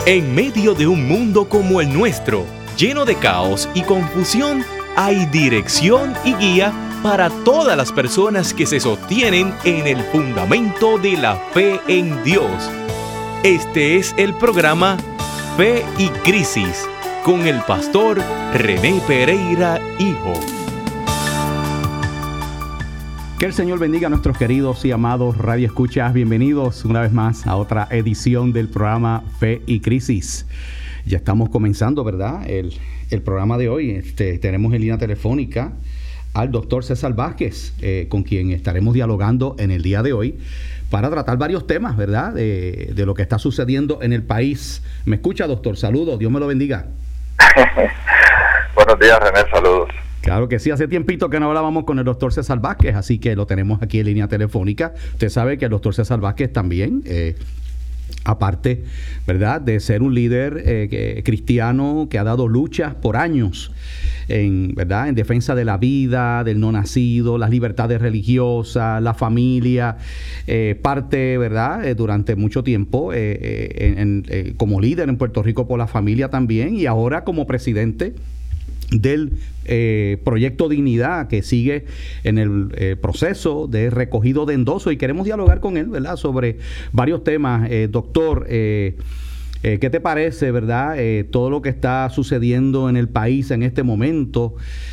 En medio de un mundo como el nuestro, lleno de caos y confusión, hay dirección y guía para todas las personas que se sostienen en el fundamento de la fe en Dios. Este es el programa Fe y Crisis con el pastor René Pereira, hijo. Que el Señor bendiga a nuestros queridos y amados radioescuchas. Bienvenidos una vez más a otra edición del programa Fe y Crisis. Ya estamos comenzando, ¿verdad? El programa de hoy. Tenemos en línea telefónica al doctor César Vázquez, con quien estaremos dialogando en el día de hoy para tratar varios temas, ¿verdad? De lo que está sucediendo en el país. ¿Me escucha, doctor? Saludos, Dios me lo bendiga. Buenos días, René, saludos. Claro que sí, hace tiempito que no hablábamos con el doctor César Vázquez, así que lo tenemos aquí en línea telefónica. Usted sabe que el doctor César Vázquez también, aparte, ¿verdad?, de ser un líder cristiano que ha dado luchas por años, ¿verdad?, en defensa de la vida, del no nacido, las libertades religiosas, la familia, parte, ¿verdad?, durante mucho tiempo como líder en Puerto Rico por la familia también, y ahora como presidente del Proyecto Dignidad, que sigue en el proceso de recogido de endoso, y queremos dialogar con él, ¿verdad?, sobre varios temas. Doctor, ¿qué te parece, verdad, todo lo que está sucediendo en el país en este momento?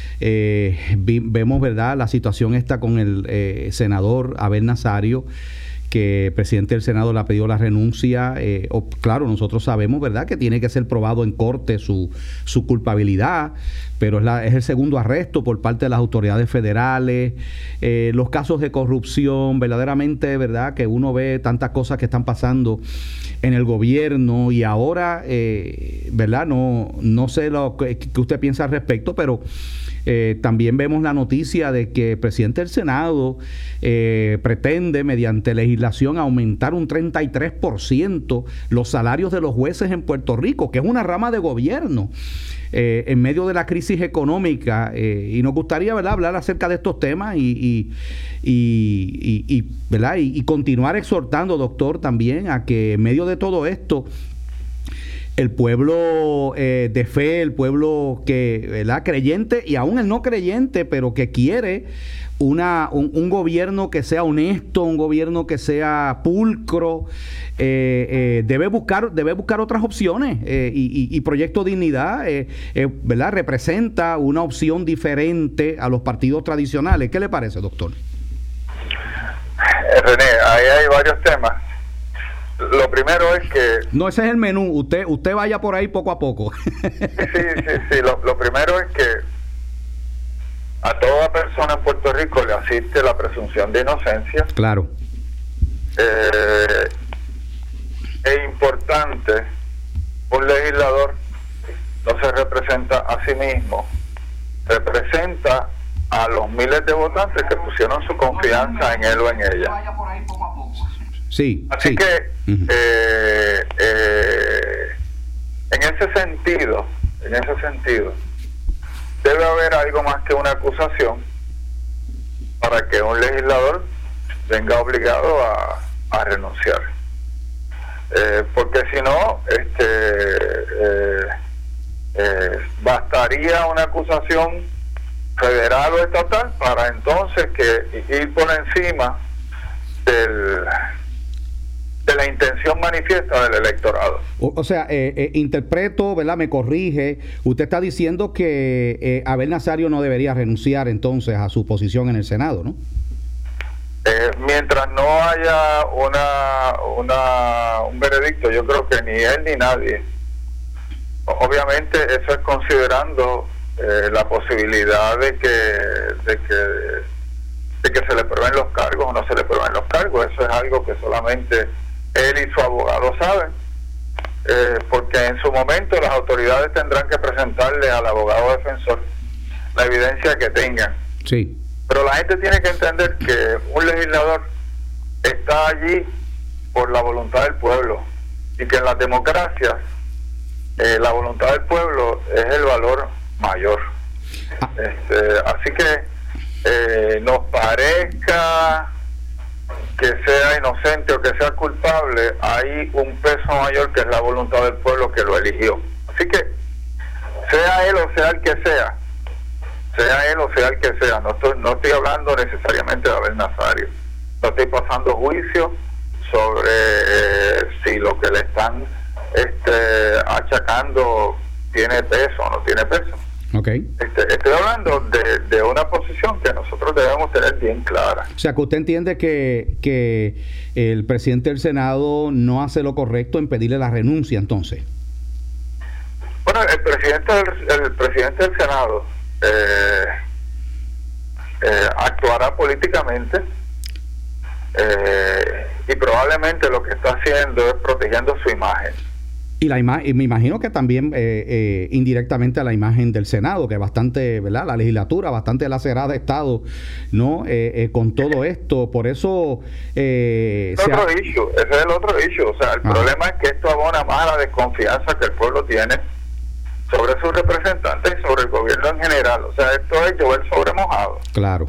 Vemos, ¿verdad?, la situación está con el senador Abel Nazario, que el presidente del Senado le ha pedido la renuncia. Claro, nosotros sabemos, ¿verdad?, que tiene que ser probado en corte su culpabilidad, pero es el segundo arresto por parte de las autoridades federales. Los casos de corrupción, verdaderamente, ¿verdad?, que uno ve tantas cosas que están pasando en el gobierno, y ahora, ¿verdad?, no sé lo que usted piensa al respecto, pero también vemos la noticia de que el presidente del Senado pretende, mediante legislación, aumentar un 33% los salarios de los jueces en Puerto Rico, que es una rama de gobierno, en medio de la crisis económica, y nos gustaría, ¿verdad?, hablar acerca de estos temas ¿verdad?, y continuar exhortando, doctor, también a que en medio de todo esto el pueblo de fe, el pueblo que, ¿verdad?, creyente, y aún el no creyente, pero que quiere un gobierno que sea honesto, un gobierno que sea pulcro, debe buscar otras opciones, y Proyecto Dignidad, ¿verdad?, representa una opción diferente a los partidos tradicionales. ¿Qué le parece, doctor? René, ahí hay varios temas. Lo primero es que... No, ese es el menú. Usted vaya por ahí poco a poco. Sí. Lo primero es que a toda persona en Puerto Rico le asiste la presunción de inocencia. Claro. Es importante, un legislador no se representa a sí mismo, representa a los miles de votantes que pusieron su confianza en él o en ella. Sí. Así sí. que en ese sentido debe haber algo más que una acusación para que un legislador venga obligado a renunciar, porque si no, bastaría una acusación federal o estatal para entonces que ir por encima de la intención manifiesta del electorado. O sea, interpreto, ¿verdad?, me corrige, usted está diciendo que Abel Nazario no debería renunciar entonces a su posición en el Senado, ¿no? Mientras no haya un veredicto, yo creo que ni él ni nadie. Obviamente eso es considerando la posibilidad de que se le prueben los cargos o no se le prueben los cargos. Eso es algo que solamente él y su abogado saben, porque en su momento las autoridades tendrán que presentarle al abogado defensor la evidencia que tengan. Sí. Pero la gente tiene que entender que un legislador está allí por la voluntad del pueblo, y que en las democracias la voluntad del pueblo es el valor mayor. Así que nos parezca que sea inocente o que sea culpable, hay un peso mayor que es la voluntad del pueblo que lo eligió. Así que, sea él o sea el que sea, no estoy hablando necesariamente de Abel Nazario, no estoy pasando juicio sobre si lo que le están achacando tiene peso o no tiene peso. Okay. Estoy hablando de una posición que nosotros debemos tener bien clara. O sea, que usted entiende que el presidente del Senado no hace lo correcto en pedirle la renuncia, entonces. Bueno, el presidente del Senado actuará políticamente y probablemente lo que está haciendo es protegiendo su imagen. Y me imagino que también indirectamente a la imagen del Senado, que bastante, ¿verdad? La legislatura bastante lacerada ha estado, ¿no? Con todo esto, por eso ese es el otro issue. O sea, el problema es que esto abona más a la desconfianza que el pueblo tiene sobre sus representantes y sobre el gobierno en general. O sea, esto es llover sobre mojado. Claro.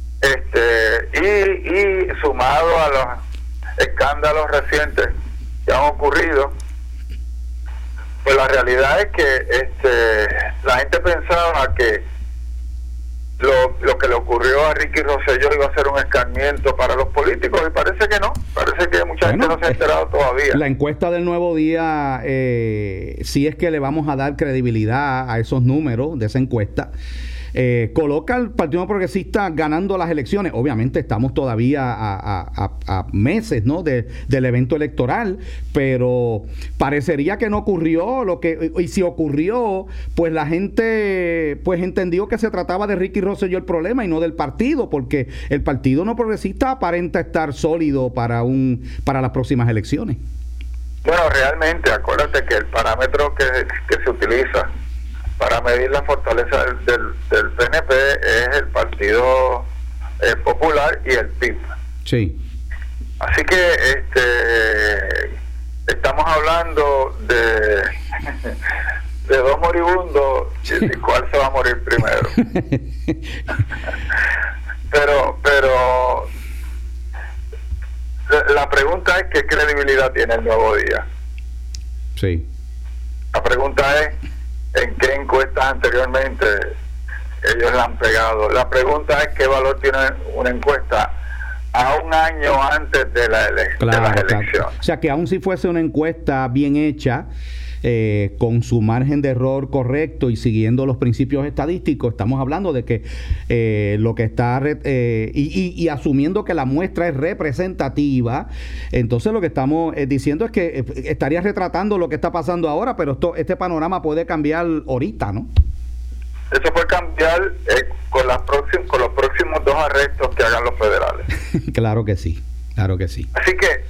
Y sumado a los escándalos recientes que han ocurrido, pues la realidad es que la gente pensaba que lo que le ocurrió a Ricky Rosselló iba a ser un escarmiento para los políticos, y parece que no, parece que mucha gente no se ha enterado todavía. La encuesta del Nuevo Día, si es que le vamos a dar credibilidad a esos números de esa encuesta, coloca al Partido Progresista ganando las elecciones. Obviamente estamos todavía a meses, ¿no? del evento electoral, pero parecería que no ocurrió y si ocurrió, pues la gente pues entendió que se trataba de Ricky Rosselló el problema y no del partido, porque el Partido No Progresista aparenta estar sólido para las próximas elecciones. Bueno, realmente, acuérdate que el parámetro que se utiliza para medir la fortaleza del PNP es el Partido Popular y el PIB. Sí. Así que estamos hablando de dos moribundos, y cuál se va a morir primero. pero la pregunta es ¿qué credibilidad tiene el Nuevo Día? Sí. La pregunta es ¿en qué encuestas anteriormente ellos la han pegado? La pregunta es ¿qué valor tiene una encuesta a un año antes de las elecciones? Claro. O sea, que aun si fuese una encuesta bien hecha, con su margen de error correcto y siguiendo los principios estadísticos, estamos hablando de que lo que está y asumiendo que la muestra es representativa, entonces lo que estamos diciendo es que estaría retratando lo que está pasando ahora, pero este panorama puede cambiar ahorita, ¿no? Eso puede cambiar con los próximos 2 arrestos que hagan los federales. Claro que sí. Así que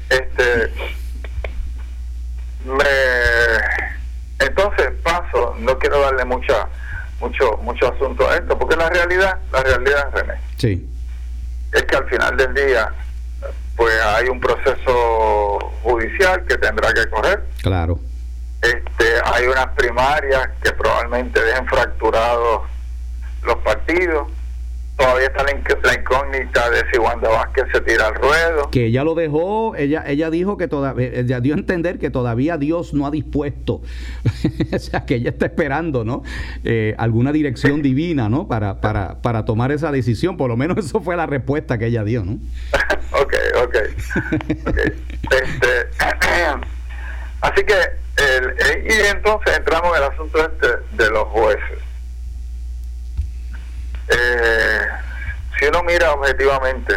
entonces no quiero darle mucho asunto a esto, porque la realidad, René, sí, es que al final del día pues hay un proceso judicial que tendrá que correr. Claro. Hay unas primarias que probablemente dejen fracturados los partidos. Todavía está la incógnita de si Wanda Vázquez se tira al ruedo. Que ella lo dejó, ella dijo que ella dio a entender que todavía Dios no ha dispuesto. O sea, que ella está esperando, ¿no? Alguna dirección divina, ¿no? Para tomar esa decisión. Por lo menos eso fue la respuesta que ella dio, ¿no? Okay. Así que, y entonces entramos en el asunto de los jueces. Si uno mira objetivamente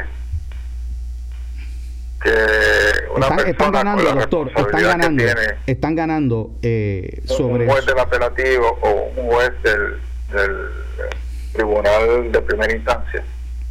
que están ganando, doctor, están ganando sobre un juez del apelativo o un juez del tribunal de primera instancia,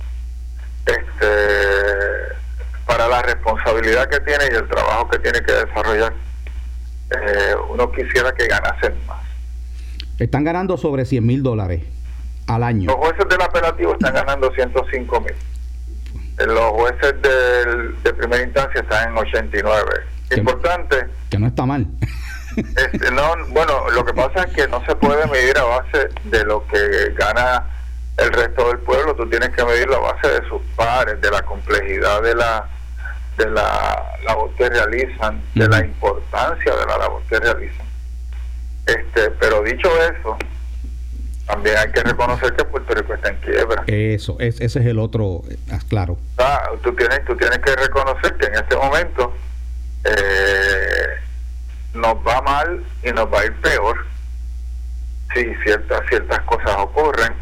para la responsabilidad que tiene y el trabajo que tiene que desarrollar, uno quisiera que ganasen más. Están ganando sobre $100,000 al año. Los jueces del apelativo están ganando 105,000. Los jueces de primera instancia están en 89. Importante. Que no está mal. Lo que pasa es que no se puede medir a base de lo que gana el resto del pueblo. Tú tienes que medirlo a base de sus pares, de la complejidad de la de la labor que realizan, de la importancia de la labor que realizan. Pero dicho eso, también hay que reconocer que Puerto Rico está en quiebra. Ese es el otro, claro. Tú tienes que reconocer que en este momento nos va mal y nos va a ir peor si ciertas cosas ocurren.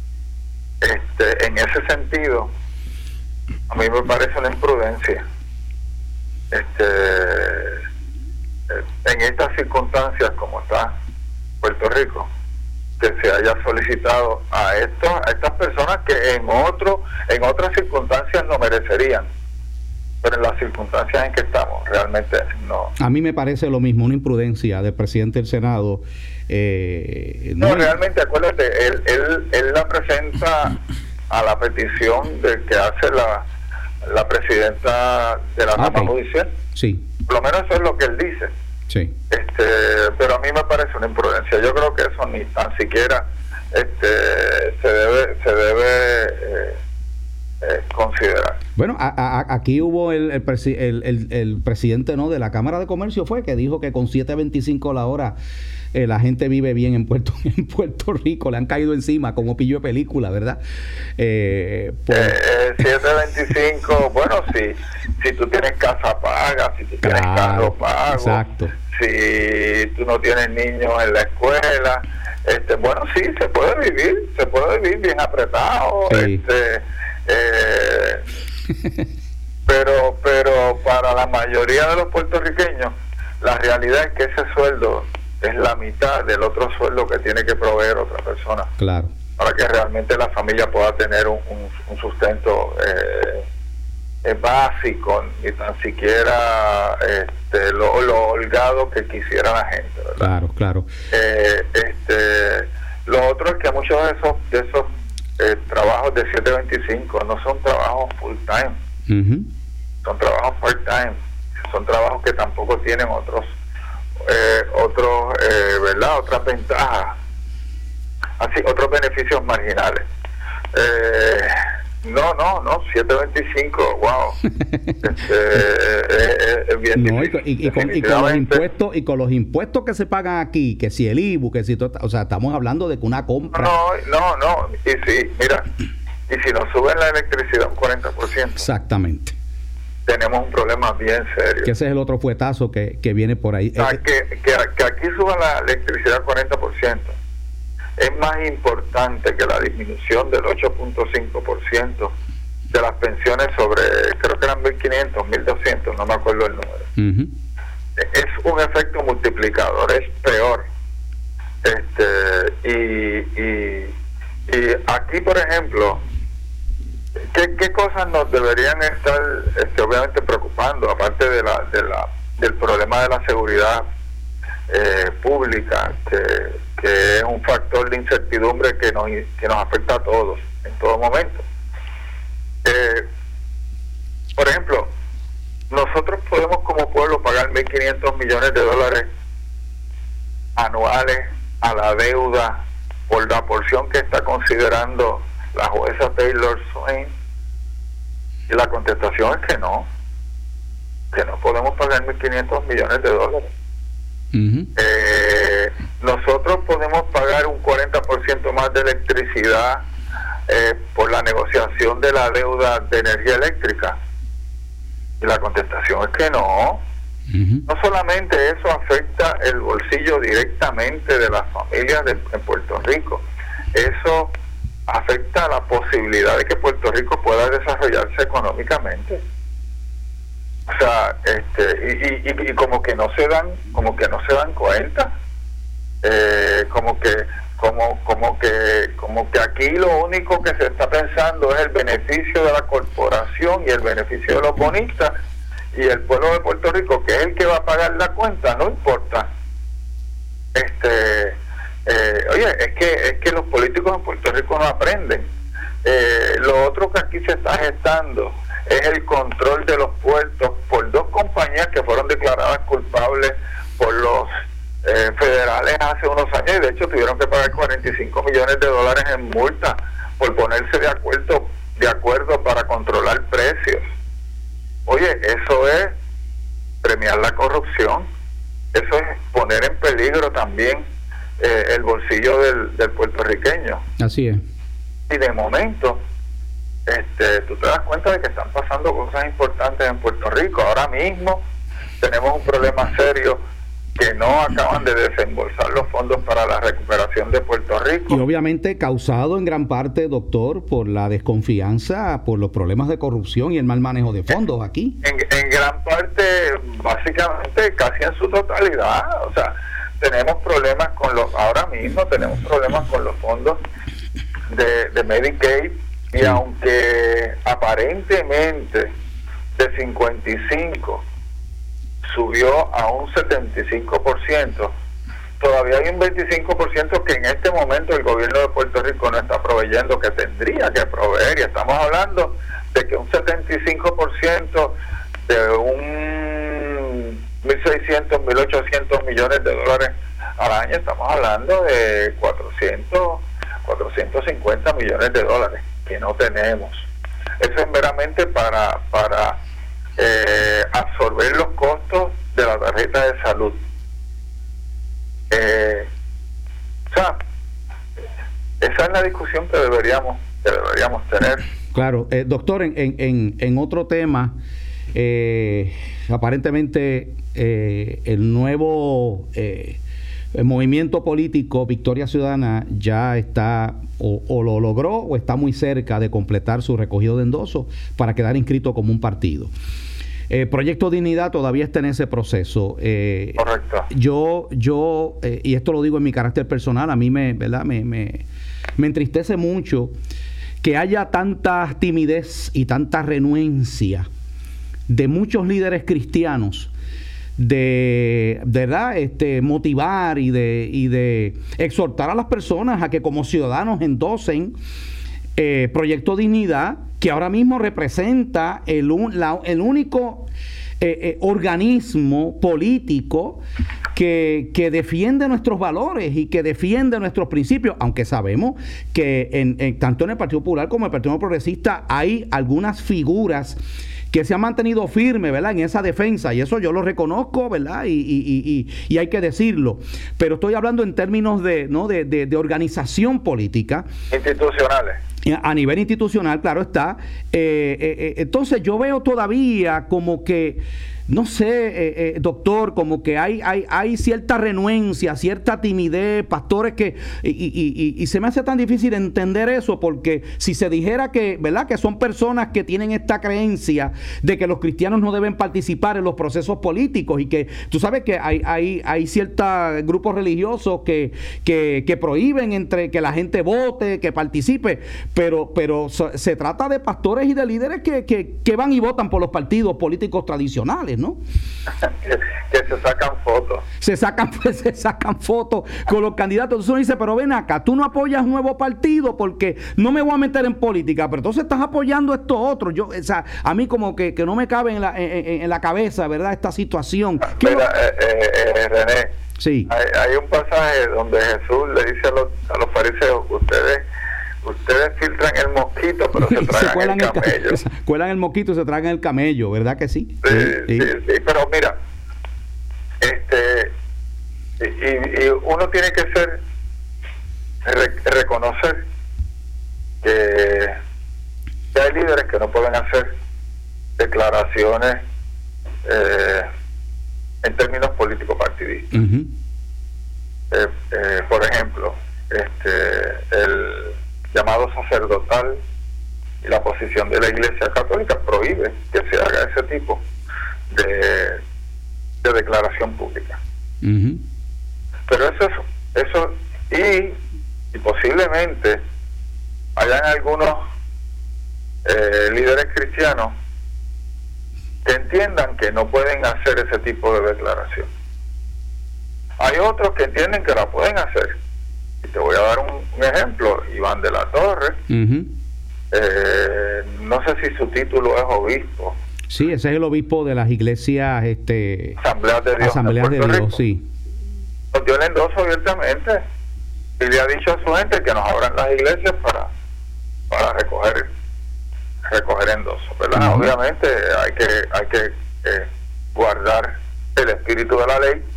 En ese sentido, a mí me parece una imprudencia en estas circunstancias como está Puerto Rico, que se haya solicitado a estas personas que en otras circunstancias no merecerían, pero en las circunstancias en que estamos realmente no. A mí me parece lo mismo, una imprudencia del presidente del Senado. No, realmente, acuérdate, él la presenta a la petición de que hace la presidenta de la Cámara Judicial. Sí. Por lo menos eso es lo que él dice. Sí. Pero a mí me parece una imprudencia. Yo creo que eso ni tan siquiera se debe considerar. Bueno, aquí hubo el presidente de la Cámara de Comercio fue que dijo que con 7.25 la hora la gente vive bien en Puerto Rico. Le han caído encima como pillo de película, ¿verdad? 7.25, bueno, si tú tienes casa paga, si tú tienes carro pago, exacto. Si tú no tienes niños en la escuela, bueno, sí, se puede vivir bien apretado, sí. Pero para la mayoría de los puertorriqueños la realidad es que ese sueldo es la mitad del otro sueldo que tiene que proveer otra persona, claro, para que realmente la familia pueda tener un sustento básico, ni tan siquiera lo holgado que quisiera la gente, ¿verdad? Claro. Lo otro es que muchos de esos trabajos de 7.25 no son trabajos full time, son trabajos part time, son trabajos que tampoco tienen otras ventajas, así, otros beneficios marginales. No, 7.25, wow. Bien no, difícil, y con los impuestos que se pagan aquí, que si el IBU, que si todo, o sea, estamos hablando de que una compra. No, y si, mira, y si nos suben la electricidad un 40%. Exactamente. Tenemos un problema bien serio. Que ese es el otro fuetazo que viene por ahí. Que aquí suba la electricidad 40%. Es más importante que la disminución del 8.5% de las pensiones sobre, creo que eran 1.500, 1.200, no me acuerdo el número. Es un efecto multiplicador, es peor. Y aquí, por ejemplo, ¿qué cosas nos deberían estar obviamente preocupando, aparte del problema de la seguridad pública, que es un factor de incertidumbre que nos afecta a todos en todo momento? Por ejemplo, nosotros podemos como pueblo pagar $1.500 millones anuales a la deuda por la porción que está considerando la jueza Taylor Swain, y la contestación es que no podemos pagar $1.500 millones. Nosotros podemos pagar un 40% más de electricidad por la negociación de la deuda de energía eléctrica, y la contestación es que no. No solamente eso afecta el bolsillo directamente de las familias en Puerto Rico, eso afecta la posibilidad de que Puerto Rico pueda desarrollarse económicamente. O sea, y como que no se dan cuenta, como que aquí lo único que se está pensando es el beneficio de la corporación y el beneficio de los bonistas, y el pueblo de Puerto Rico, que es el que va a pagar la cuenta, no importa. Es que los políticos en Puerto Rico no aprenden. Lo otro que aquí se está gestando es el control de los puertos por dos compañías que fueron declaradas culpables por los federales hace unos años, y de hecho tuvieron que pagar $45 millones en multa por ponerse de acuerdo para controlar precios. Oye, eso es premiar la corrupción, eso es poner en peligro también el bolsillo del puertorriqueño. Así es. Y de momento, tú te das cuenta de que están pasando cosas importantes en Puerto Rico. Ahora mismo tenemos un problema serio, que no acaban de desembolsar los fondos para la recuperación de Puerto Rico. Y obviamente causado en gran parte, doctor, por la desconfianza, por los problemas de corrupción y el mal manejo de fondos aquí. En gran parte, básicamente, casi en su totalidad. O sea, tenemos problemas ahora mismo tenemos problemas con los fondos de Medicaid, y aunque aparentemente de 55 subió a un 75%, todavía hay un 25% que en este momento el gobierno de Puerto Rico no está proveyendo, que tendría que proveer, y estamos hablando de que un 75% de un 1.600, 1.800 millones de dólares al año, estamos hablando de 450 millones de dólares que no tenemos. Eso es meramente para absorber los costos de la tarjeta de salud. O sea, esa es la discusión que deberíamos tener. Claro, doctor, en otro tema, aparentemente el nuevo el movimiento político Victoria Ciudadana ya está o lo logró o está muy cerca de completar su recogido de endosos para quedar inscrito como un partido. Proyecto Dignidad todavía está en ese proceso. Correcto. Yo y esto lo digo en mi carácter personal, a mí me entristece mucho que haya tanta timidez y tanta renuencia de muchos líderes cristianos de verdad motivar y de exhortar a las personas a que como ciudadanos endosen Proyecto Dignidad, que ahora mismo representa el único organismo político que defiende nuestros valores y que defiende nuestros principios, aunque sabemos que tanto en el Partido Popular como en el Partido Progresista hay algunas figuras que se han mantenido firmes, ¿verdad?, en esa defensa, y eso yo lo reconozco, ¿verdad?, y hay que decirlo, pero estoy hablando en términos de organización política, institucionales. A nivel institucional, claro está. Entonces yo veo todavía como que, no sé, doctor, como que hay cierta renuencia, cierta timidez, pastores que y se me hace tan difícil entender eso, porque si se dijera que, ¿verdad?, que son personas que tienen esta creencia de que los cristianos no deben participar en los procesos políticos, y que tú sabes que hay ciertos grupos religiosos que prohíben entre que la gente vote, que participe, pero se trata de pastores y de líderes que van y votan por los partidos políticos tradicionales, ¿no? que se sacan fotos. Se sacan fotos con los candidatos. Entonces uno dice, pero ven acá, tú no apoyas un nuevo partido porque no me voy a meter en política, pero entonces estás apoyando esto otro. Yo, o sea, a mí como que no me cabe en la cabeza, ¿verdad?, esta situación. Mira, René, sí. Hay un pasaje donde Jesús le dice a los fariseos, ustedes filtran el mosquito, pero se tragan el camello. Cuelan el mosquito y se tragan el camello, ¿verdad que sí? Sí, pero mira, y uno tiene que reconocer que hay líderes que no pueden hacer declaraciones en términos políticos partidistas. Uh-huh. Por ejemplo, el llamado sacerdotal y la posición de la Iglesia Católica prohíbe que se haga ese tipo de declaración pública. Uh-huh. Pero eso y posiblemente hayan algunos líderes cristianos que entiendan que no pueden hacer ese tipo de declaración. Hay otros que entienden que la pueden hacer. Y te voy a dar un ejemplo. Iván de la Torre, uh-huh. No sé si su título es obispo. Sí, ese es el obispo de las iglesias Asambleas de Dios, Rico. Sí. Pues yo le endoso abiertamente y le ha dicho a su gente que nos abran las iglesias para recoger recoger endosos, ¿verdad? Uh-huh. Obviamente hay que guardar el espíritu de la ley,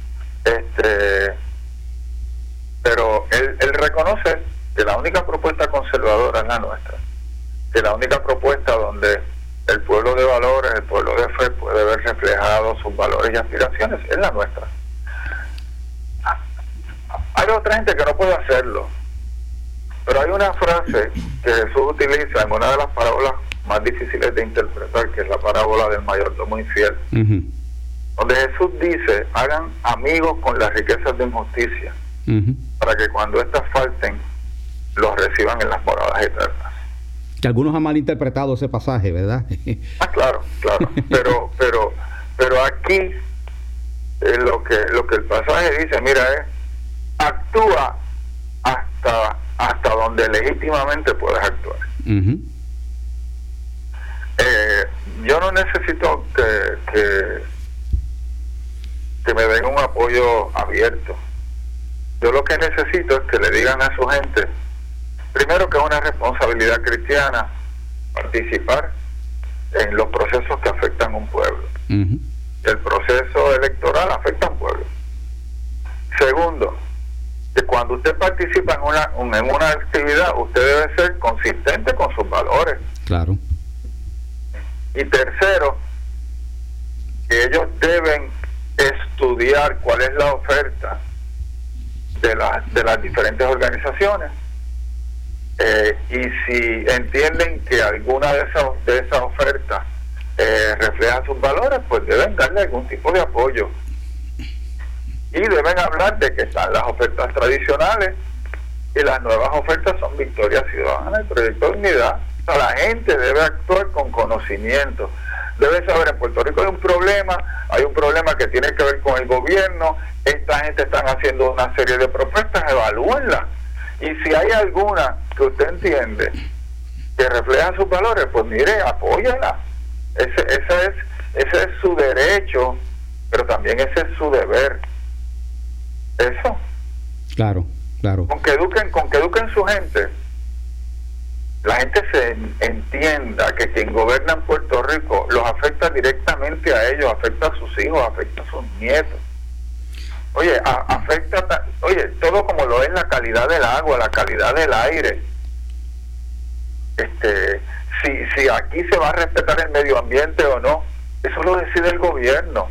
pero él reconoce que la única propuesta conservadora es la nuestra, que la única propuesta donde el pueblo de valores, el pueblo de fe puede ver reflejados sus valores y aspiraciones es la nuestra. Hay otra gente que no puede hacerlo, pero hay una frase que Jesús utiliza en una de las parábolas más difíciles de interpretar, que es la parábola del mayordomo infiel, Uh-huh. donde Jesús dice: hagan amigos con las riquezas de injusticia, Uh-huh. para que cuando éstas falten los reciban en las moradas eternas. Que algunos han malinterpretado ese pasaje, ¿verdad? Claro, pero aquí lo que el pasaje dice, mira, actúa hasta donde legítimamente puedes actuar. Uh-huh. Yo no necesito que me den un apoyo abierto. Yo lo que necesito es que le digan a su gente, primero, que es una responsabilidad cristiana participar en los procesos que afectan a un pueblo. Uh-huh. El proceso electoral afecta a un pueblo. Segundo, que cuando usted participa en una actividad, usted debe ser consistente con sus valores. Claro. Y tercero, que ellos deben estudiar cuál es la oferta de las diferentes organizaciones, y si entienden que alguna de esas ofertas refleja sus valores, pues deben darle algún tipo de apoyo, y deben hablar de que están las ofertas tradicionales y las nuevas ofertas son Victoria Ciudadana y Proyecto de Unidad. O sea, la gente debe actuar con conocimiento, debe saber: en Puerto Rico hay un problema que tiene que ver con el gobierno, esta gente están haciendo una serie de propuestas, evalúenlas, y si hay alguna que usted entiende que refleja sus valores, pues mire, apóyala. Ese es su derecho, pero también ese es su deber. Eso. Claro. Con que eduquen su gente, la gente se entienda que quien gobierna en Puerto Rico los afecta directamente a ellos, afecta a sus hijos, afecta a sus nietos. Afecta todo, como lo es la calidad del agua, la calidad del aire. Si aquí se va a respetar el medio ambiente o no, eso lo decide el gobierno.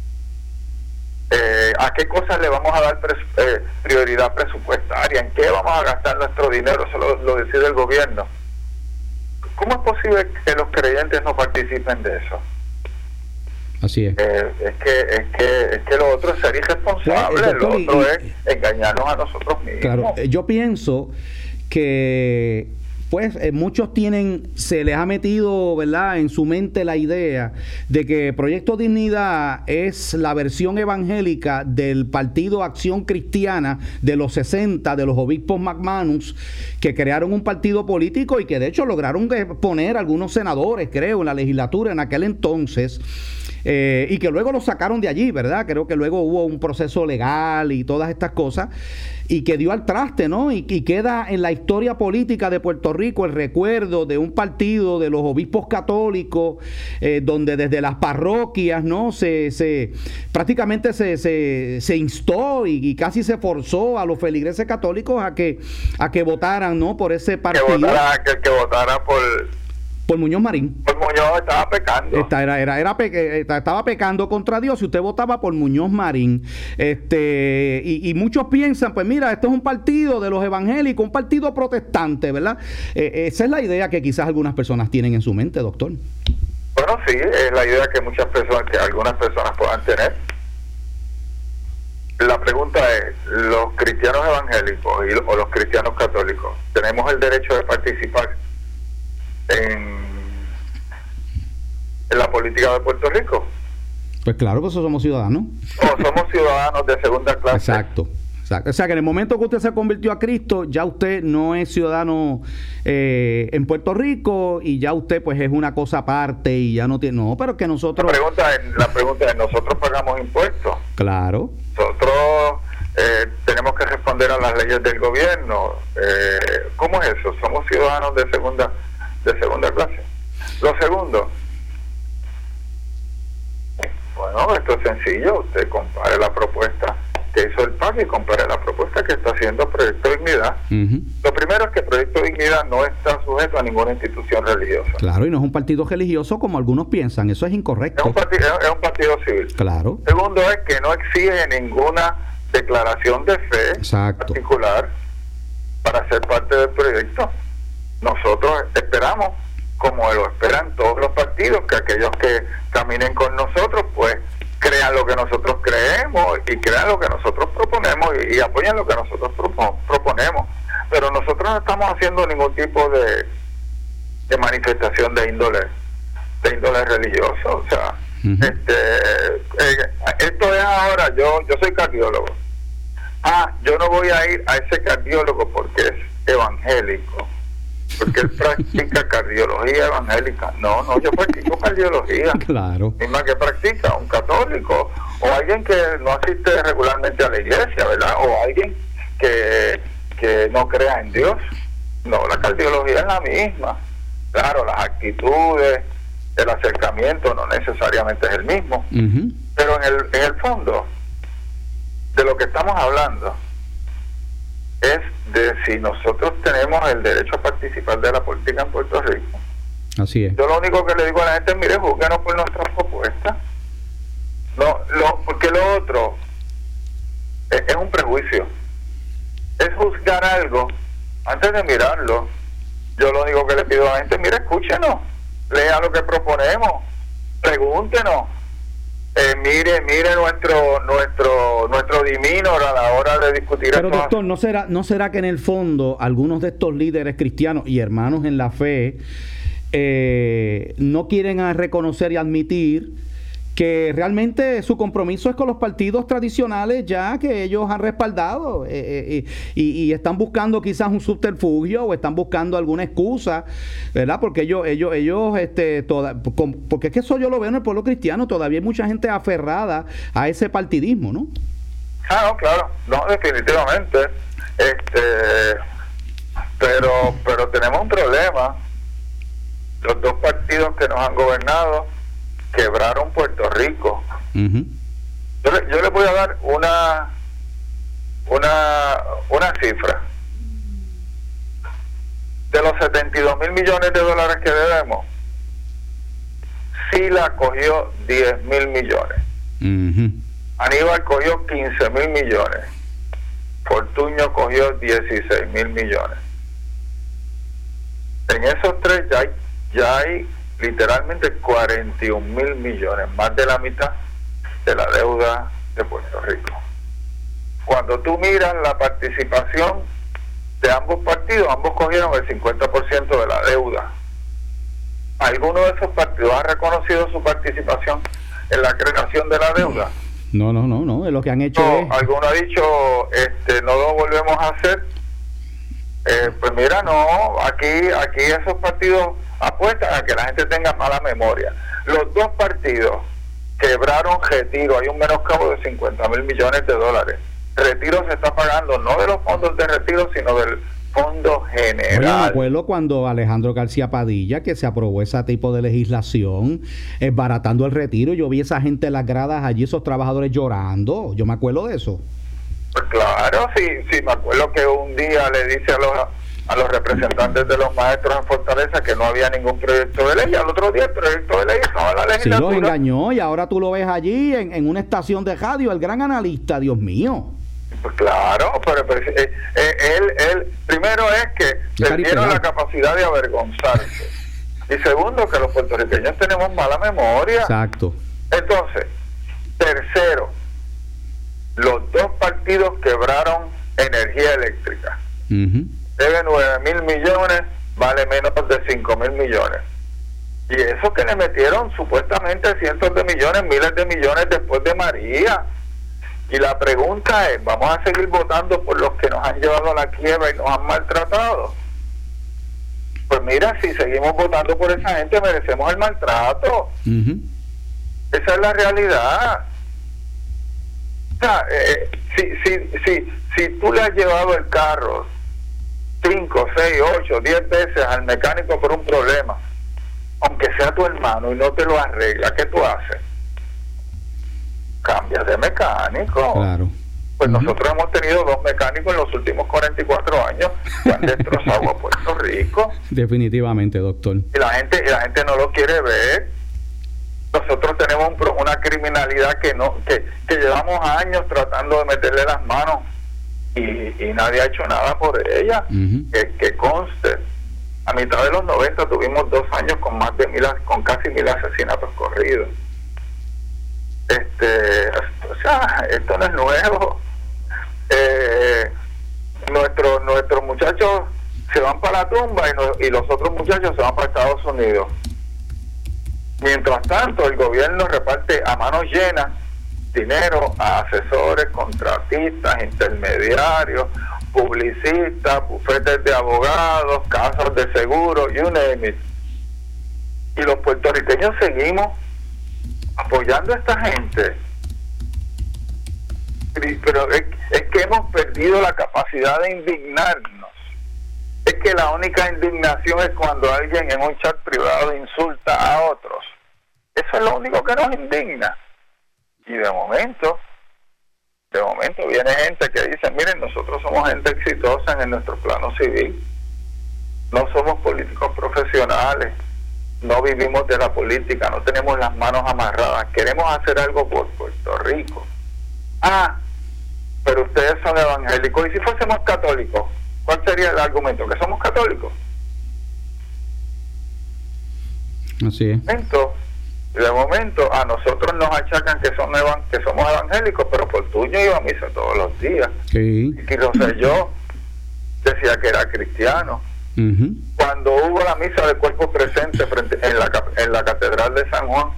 ¿A qué cosas le vamos a dar prioridad presupuestaria? ¿En qué vamos a gastar nuestro dinero? Eso lo decide el gobierno. ¿Cómo es posible que los creyentes no participen de eso? Así es. Es que lo otro es ser irresponsable, lo otro es engañarnos a nosotros mismos. Claro, yo pienso que pues muchos se les ha metido, ¿verdad?, en su mente la idea de que Proyecto Dignidad es la versión evangélica del Partido Acción Cristiana de los 60, de los obispos McManus, que crearon un partido político y que de hecho lograron poner algunos senadores, creo, en la legislatura en aquel entonces. Y que luego lo sacaron de allí, ¿verdad? Creo que luego hubo un proceso legal y todas estas cosas, y que dio al traste, ¿no? Y queda en la historia política de Puerto Rico el recuerdo de un partido de los obispos católicos, donde desde las parroquias, ¿no? Prácticamente se instó y casi se forzó a los feligreses católicos a que votaran, ¿no?, por ese partido. Que votara por Muñoz Marín. Pues Muñoz estaba pecando. Estaba pecando contra Dios si usted votaba por Muñoz Marín. Y muchos piensan, pues mira, esto es un partido de los evangélicos, un partido protestante, ¿verdad? Esa es la idea que quizás algunas personas tienen en su mente, doctor. Bueno, sí, es la idea que algunas personas puedan tener. La pregunta es: ¿los cristianos evangélicos o los cristianos católicos tenemos el derecho de participar en la política de Puerto Rico? Pues claro, que somos ciudadanos. O somos ciudadanos de segunda clase. Exacto. O sea, que en el momento que usted se convirtió a Cristo, ya usted no es ciudadano en Puerto Rico, y ya usted pues es una cosa aparte y ya no tiene... No, pero que nosotros... La pregunta es, ¿nosotros pagamos impuestos? Claro. Nosotros tenemos que responder a las leyes del gobierno. ¿Cómo es eso? ¿Somos ciudadanos de segunda clase? Lo segundo, bueno, esto es sencillo, usted compare la propuesta que hizo el PAC y compare la propuesta que está haciendo Proyecto Dignidad. Lo primero es que Proyecto Dignidad no está sujeto a ninguna institución religiosa. Claro, y no es un partido religioso como algunos piensan, eso es incorrecto. Es un partido civil. Claro. Segundo es que no exige ninguna declaración de fe particular para ser parte del proyecto. Nosotros esperamos, como lo esperan todos los partidos, que aquellos que caminen con nosotros, pues crean lo que nosotros creemos y crean lo que nosotros proponemos y apoyan lo que nosotros proponemos. Pero nosotros no estamos haciendo ningún tipo de manifestación de índole religioso. O sea, esto es ahora, yo soy cardiólogo. Yo no voy a ir a ese cardiólogo porque es evangélico, porque él practica cardiología evangélica. No, yo practico cardiología. Claro. Misma que practica un católico o alguien que no asiste regularmente a la iglesia, ¿verdad? O alguien que no crea en Dios. No, la cardiología es la misma. Claro, las actitudes, el acercamiento no necesariamente es el mismo. Pero en el fondo de lo que estamos hablando es de si nosotros tenemos el derecho a participar de la política en Puerto Rico. Así es. Yo lo único que le digo a la gente es, mire, júzguenos por nuestras propuestas. Porque lo otro es un prejuicio. Es juzgar algo antes de mirarlo. Yo lo único que le pido a la gente, mire, escúchenos, lea lo que proponemos, pregúntenos. Mire nuestro diminor a la hora de discutir. Pero doctor, ¿no será que en el fondo algunos de estos líderes cristianos y hermanos en la fe no quieren reconocer y admitir que realmente su compromiso es con los partidos tradicionales ya que ellos han respaldado y están buscando quizás un subterfugio o están buscando alguna excusa, ¿verdad? Porque ellos porque es que eso yo lo veo en el pueblo cristiano, todavía hay mucha gente aferrada a ese partidismo, ¿no? Claro, no, definitivamente, pero tenemos un problema. Los dos partidos que nos han gobernado quebraron Puerto Rico. Yo le voy a dar una cifra. De los 72 mil millones de dólares que debemos, Sila cogió 10 mil millones. Aníbal cogió 15 mil millones. Fortuño cogió 16 mil millones. En esos tres ya hay literalmente 41 mil millones, más de la mitad de la deuda de Puerto Rico. Cuando tú miras la participación de ambos partidos, ambos cogieron el 50% de la deuda. ¿Alguno de esos partidos ha reconocido su participación en la creación de la deuda? No, es lo que han hecho. Alguno ha dicho, no lo volvemos a hacer. Pues mira, no, aquí esos partidos apuestan a que la gente tenga mala memoria. Los dos partidos quebraron Retiro, hay un menoscabo de 50 mil millones de dólares. Retiro se está pagando no de los fondos de Retiro, sino del fondo general. Oye, me acuerdo cuando Alejandro García Padilla, que se aprobó ese tipo de legislación, baratando el Retiro, yo vi esa gente en las gradas allí, esos trabajadores llorando, yo me acuerdo de eso. Pues claro, sí, me acuerdo que un día le dice a los representantes de los maestros en Fortaleza que no había ningún proyecto de ley, y al otro día el proyecto de ley estaba en la legislatura. Sí, los engañó, y ahora tú lo ves allí en una estación de radio, el gran analista, Dios mío. Pues claro, pero él primero es que perdieron la capacidad de avergonzarse, y segundo que los puertorriqueños tenemos mala memoria. Exacto. Entonces, tercero, los dos partidos quebraron energía eléctrica. Debe 9 mil millones, vale menos de 5 mil millones. Y eso que le metieron supuestamente cientos de millones, miles de millones después de María. Y la pregunta es, ¿vamos a seguir votando por los que nos han llevado a la quiebra y nos han maltratado? Pues mira, si seguimos votando por esa gente, merecemos el maltrato. Esa es la realidad. O sea, si tú le has llevado el carro 5, 6, 8, 10 veces al mecánico por un problema, aunque sea tu hermano y no te lo arregla, ¿qué tú haces? Cambias de mecánico. Claro. Pues nosotros hemos tenido 2 mecánicos en los últimos 44 años que han destrozado a Puerto Rico. Definitivamente, doctor. Y la gente no lo quiere ver. Nosotros tenemos una criminalidad que llevamos años tratando de meterle las manos y nadie ha hecho nada por ella. Que conste, a mitad de los 90 tuvimos 2 años con con casi 1,000 asesinatos corridos. O sea, esto no es nuevo. Nuestros muchachos se van para la tumba y los otros muchachos se van para Estados Unidos. Mientras tanto, el gobierno reparte a manos llenas dinero a asesores, contratistas, intermediarios, publicistas, bufetes de abogados, casas de seguro, you name it. Y los puertorriqueños seguimos apoyando a esta gente. Pero es que hemos perdido la capacidad de indignarnos. Es que la única indignación es cuando alguien en un chat privado insulta a otros. Eso es lo único que nos indigna. Y de momento viene gente que dice, miren, nosotros somos gente exitosa en nuestro plano civil. No somos políticos profesionales. No vivimos de la política, no tenemos las manos amarradas. Queremos hacer algo por Puerto Rico. Pero ustedes son evangélicos. ¿Y si fuésemos católicos? ¿Cuál sería el argumento? ¿Que somos católicos? Así es. De momento a nosotros nos achacan que somos evangélicos, pero por tuyo iba a misa todos los días. Sí. Y lo sé yo, decía que era cristiano. Cuando hubo la misa de cuerpo presente en la Catedral de San Juan,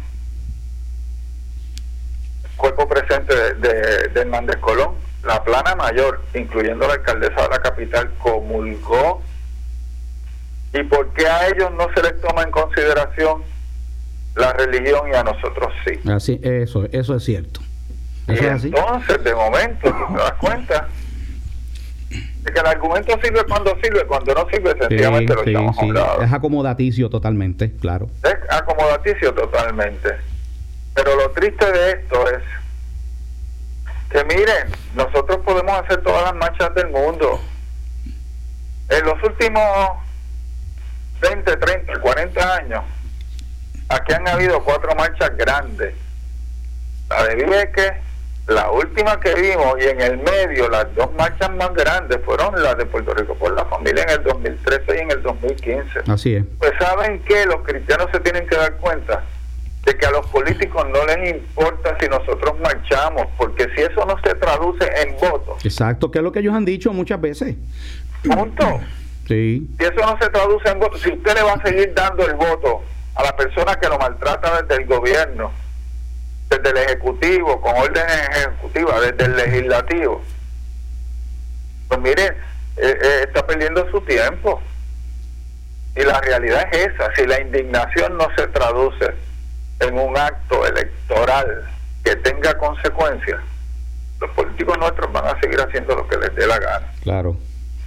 cuerpo presente de Hernández Colón, la plana mayor, incluyendo la alcaldesa de la capital, comulgó. ¿Y por qué a ellos no se les toma en consideración la religión y a nosotros sí? Así, eso es cierto. Y entonces, de momento, tú te das cuenta de que el argumento sirve, cuando no sirve, sencillamente lo echamos a un lado. Es acomodaticio totalmente, claro. Es acomodaticio totalmente. Pero lo triste de esto es que, miren, nosotros podemos hacer todas las marchas del mundo. En los últimos 20, 30, 40 años, aquí han habido 4 marchas grandes. La de Vieques, la última que vimos, y en el medio las 2 marchas más grandes fueron las de Puerto Rico por la Familia en el 2013 y en el 2015. Así es. Pues ¿saben qué? Los cristianos se tienen que dar cuenta de que a los políticos no les importa si nosotros marchamos, porque si eso no se traduce en votos. Exacto, que es lo que ellos han dicho muchas veces. Punto. Sí. Si eso no se traduce en votos, si usted le va a seguir dando el voto a la persona que lo maltrata desde el gobierno, desde el ejecutivo, con órdenes ejecutivas, desde el legislativo, pues mire, está perdiendo su tiempo. Y la realidad es esa: si la indignación no se traduce en un acto electoral que tenga consecuencias, los políticos nuestros van a seguir haciendo lo que les dé la gana. Claro.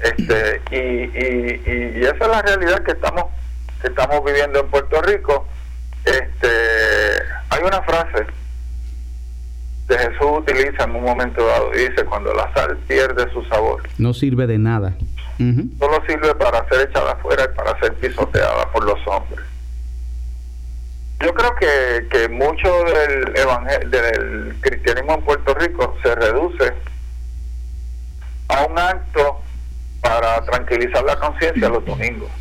Y esa es la realidad que estamos viviendo en Puerto Rico. Hay una frase que Jesús utiliza en un momento dado y dice: cuando la sal pierde su sabor, no sirve de nada. Solo sirve para ser echada afuera y para ser pisoteada por los hombres. Yo creo que mucho del cristianismo en Puerto Rico se reduce a un acto para tranquilizar la conciencia los domingos.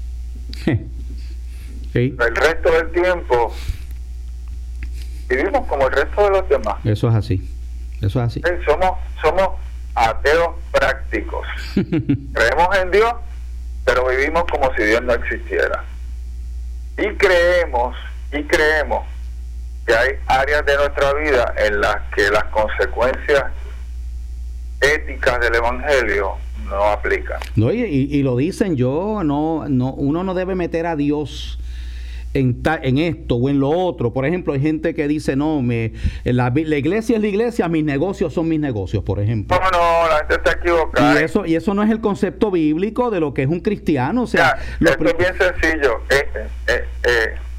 Sí. El resto del tiempo vivimos como el resto de los demás. Eso es así. Somos ateos prácticos. Creemos en Dios, pero vivimos como si Dios no existiera. Y creemos que hay áreas de nuestra vida en las que las consecuencias éticas del Evangelio no aplican. No, y lo dicen, uno no debe meter a Dios en esto o en lo otro. Por ejemplo, hay gente que dice, no, la iglesia es la iglesia, mis negocios son mis negocios, por ejemplo. No, la gente está equivocada. Y eso no es el concepto bíblico de lo que es un cristiano. O sea, esto es bien sencillo.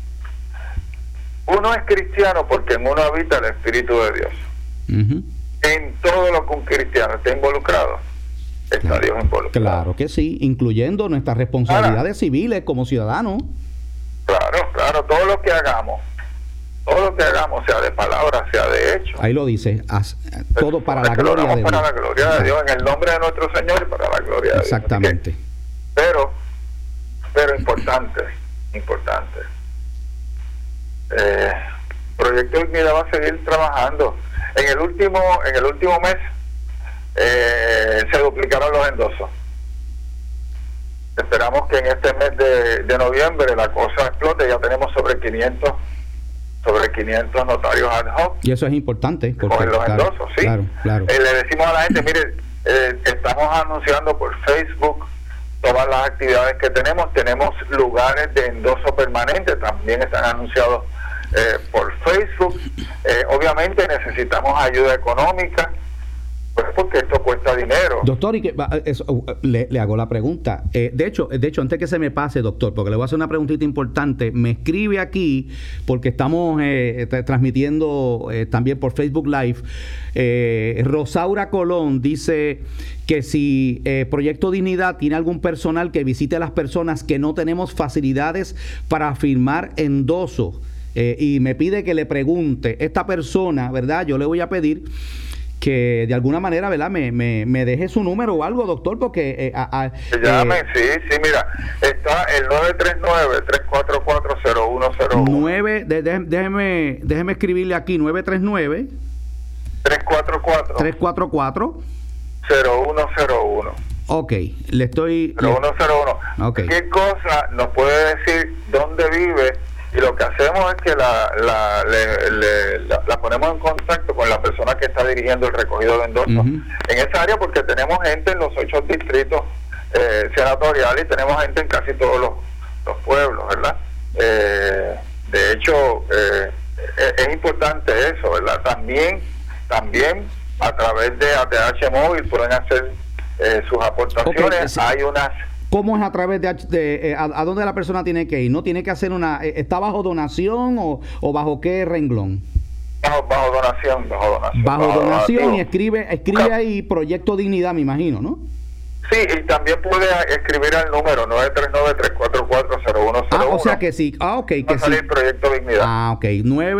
Uno es cristiano porque en uno habita el Espíritu de Dios. Uh-huh. En todo lo que un cristiano está involucrado, está Dios involucrado. Claro que sí, incluyendo nuestras responsabilidades civiles como ciudadanos. Claro, todo lo que hagamos, sea de palabra, sea de hecho. Ahí lo dice, todo para la gloria de Dios. Para la gloria de Dios, en el nombre de nuestro Señor y para la gloria de Dios. Exactamente. Pero importante. Proyecto Dignidad va a seguir trabajando. En el último mes se duplicaron los endosos. Esperamos que en este mes de noviembre la cosa explote. Ya tenemos sobre 500 notarios ad hoc. Y eso es importante. Porque, con los endosos, sí. Claro. Le decimos a la gente, mire, estamos anunciando por Facebook todas las actividades que tenemos. Tenemos lugares de endoso permanente, también están anunciados por Facebook. Obviamente necesitamos ayuda económica, pues porque esto cuesta dinero. Doctor, y le hago la pregunta. De hecho, antes que se me pase, doctor, porque le voy a hacer una preguntita importante. Me escribe aquí, porque estamos transmitiendo también por Facebook Live. Rosaura Colón dice que si Proyecto Dignidad tiene algún personal que visite a las personas que no tenemos facilidades para firmar endosos. Y me pide que le pregunte, esta persona, ¿verdad? Yo le voy a pedir que de alguna manera, ¿verdad? Me deje su número o algo, doctor, porque... llame, sí, mira, está el 939-344-0101. Déjeme escribirle aquí, 939... 344 0101. Ok, le estoy... 0101. Okay. ¿Qué cosa nos puede decir dónde vive? Y lo que hacemos es que la ponemos en contacto con la persona que está dirigiendo el recogido de endosos en esa área, porque tenemos gente en los 8 distritos senatoriales y tenemos gente en casi todos los pueblos, ¿verdad? De hecho, es importante eso, ¿verdad? También a través de ATH Móvil pueden hacer sus aportaciones. Okay, hay unas... ¿Cómo es a través de a dónde la persona tiene que ir? ¿No tiene que hacer está bajo donación o bajo qué renglón? Bajo donación. Bajo donación, y escribe ahí Proyecto Dignidad, me imagino, ¿no? Sí, y también puede escribir al número 939-344-0101. O sea que sí. Ok, que va a salir sí. Proyecto Dignidad. Ok,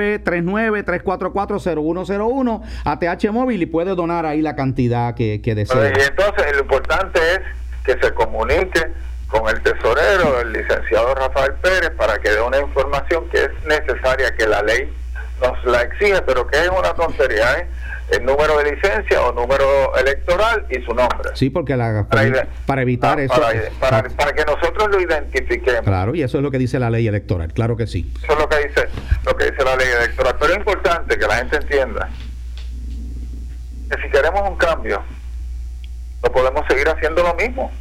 939-344-0101 ATH Móvil, y puede donar ahí la cantidad que desee. Y entonces lo importante es que se comunique con el tesorero, el licenciado Rafael Pérez, para que dé una información que es necesaria, que la ley nos la exige, pero que es una tontería, el número de licencia o número electoral y su nombre. Sí, porque para evitar eso. Para que nosotros lo identifiquemos. Claro, y eso es lo que dice la ley electoral, claro que sí. Eso es lo que dice la ley electoral. Pero es importante que la gente entienda que si queremos un cambio, no podemos seguir haciendo lo mismo.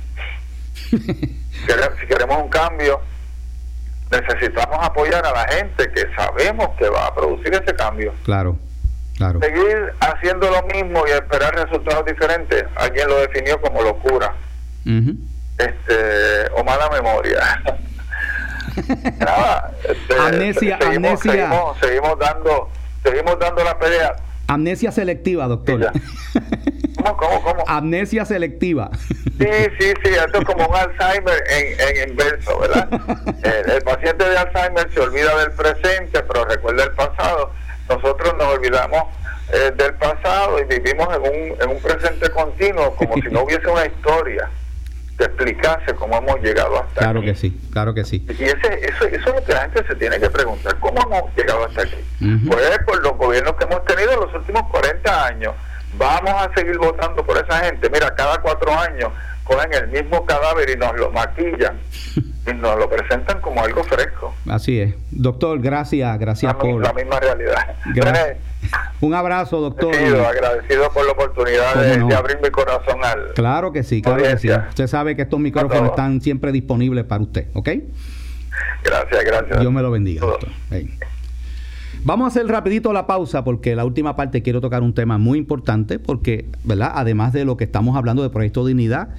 Si queremos un cambio, necesitamos apoyar a la gente que sabemos que va a producir ese cambio. Claro. Seguir haciendo lo mismo y esperar resultados diferentes, alguien lo definió como locura, o mala memoria. Nada, amnesia. Seguimos dando la pelea. Amnesia selectiva, doctor. ¿Cómo? Amnesia selectiva. Sí, esto es como un Alzheimer en inverso, ¿verdad? El paciente de Alzheimer se olvida del presente, pero recuerda el pasado. Nosotros nos olvidamos del pasado y vivimos en un presente continuo, como si no hubiese una historia que explicase cómo hemos llegado hasta claro aquí. Claro que sí. Y eso es lo que la gente se tiene que preguntar, ¿cómo hemos llegado hasta aquí? Pues por los gobiernos que hemos tenido en los últimos 40 años. Vamos a seguir votando por esa gente. Mira, cada 4 años cogen el mismo cadáver y nos lo maquillan y nos lo presentan como algo fresco. Así es. Doctor, gracias por... La misma realidad. Un abrazo, doctor. Agradecido por la oportunidad de abrir mi corazón al... Claro que sí. Usted sabe que estos micrófonos están siempre disponibles para usted, ¿ok? Gracias. Dios me lo bendiga, doctor. Vamos a hacer rapidito la pausa, porque la última parte quiero tocar un tema muy importante, porque, ¿verdad? Además de lo que estamos hablando de Proyecto Dignidad,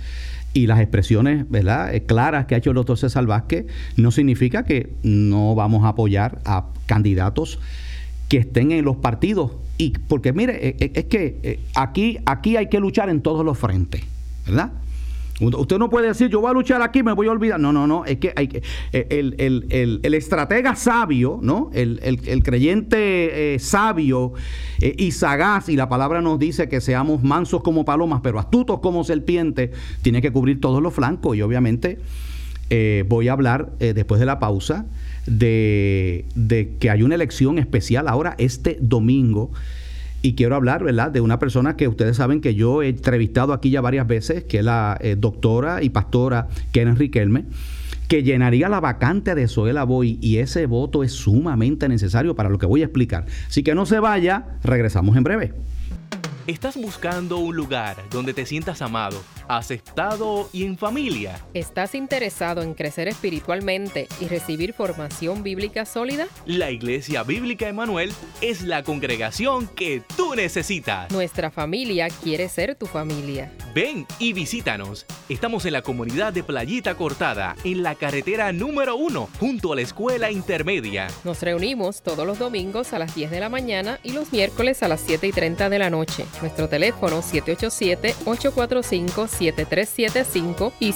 y las expresiones, ¿verdad?, claras que ha hecho el doctor César Vázquez, no significa que no vamos a apoyar a candidatos que estén en los partidos. Y porque mire, es que aquí hay que luchar en todos los frentes, ¿verdad? Usted no puede decir, yo voy a luchar aquí, me voy a olvidar. No, es que hay que el estratega sabio, ¿no? El creyente sabio y sagaz, y la palabra nos dice que seamos mansos como palomas, pero astutos como serpientes, tiene que cubrir todos los flancos. Y obviamente voy a hablar después de la pausa de que hay una elección especial ahora este domingo. Y quiero hablar, ¿verdad?, de una persona que ustedes saben que yo he entrevistado aquí ya varias veces, que es la doctora y pastora Keren Riquelme, que llenaría la vacante de Zoé Lavoy, y ese voto es sumamente necesario para lo que voy a explicar. Así que no se vaya, regresamos en breve. ¿Estás buscando un lugar donde te sientas amado, aceptado y en familia? ¿Estás interesado en crecer espiritualmente y recibir formación bíblica sólida? La Iglesia Bíblica Emmanuel es la congregación que tú necesitas. Nuestra familia quiere ser tu familia. Ven y visítanos. Estamos en la comunidad de Playita Cortada, en la carretera número 1, junto a la escuela intermedia. Nos reunimos todos los domingos a las 10 de la mañana y los miércoles a las 7:30 de la noche. Nuestro teléfono 787-845-7375 y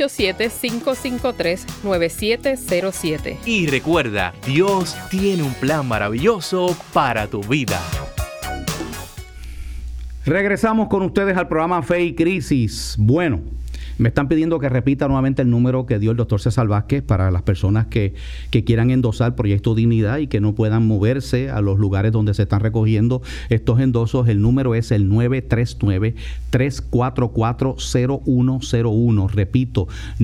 787-553-9707. Y recuerda, Dios tiene un plan maravilloso para tu vida. Regresamos con ustedes al programa Fe y Crisis. Bueno, me están pidiendo que repita nuevamente el número que dio el doctor César Vázquez para las personas que quieran endosar Proyecto Dignidad y que no puedan moverse a los lugares donde se están recogiendo estos endosos. El número es el 939-344-0101. Repito,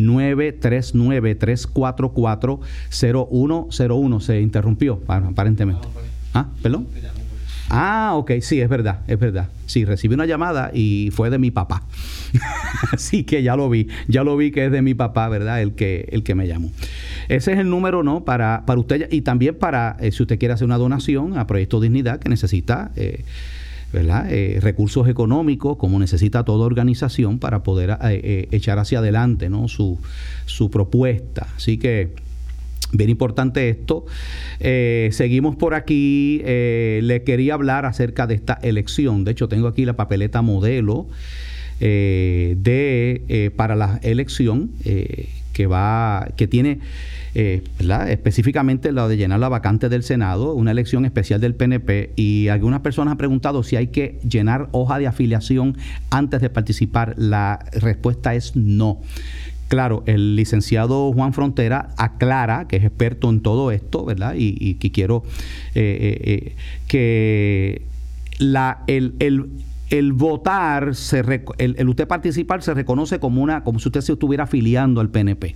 939-344-0101. Se interrumpió, aparentemente. ¿Ah, perdón? Ah, ok, sí, es verdad. Sí, recibí una llamada y fue de mi papá. Así que ya lo vi que es de mi papá, ¿verdad? El que me llamó. Ese es el número, ¿no? Para usted, y también para, si usted quiere hacer una donación a Proyecto Dignidad, que necesita, ¿verdad?, recursos económicos, como necesita toda organización para poder echar hacia adelante, ¿no?, su propuesta. Así que bien importante esto. Seguimos por aquí. Le quería hablar acerca de esta elección. De hecho, tengo aquí la papeleta modelo para la elección que tiene ¿verdad?, específicamente la de llenar la vacante del Senado, una elección especial del PNP, y algunas personas han preguntado si hay que llenar hoja de afiliación antes de participar. La respuesta es no. Claro, el licenciado Juan Frontera aclara, que es experto en todo esto, ¿verdad? Y que quiero que el votar, el usted participar se reconoce como si usted se estuviera afiliando al PNP.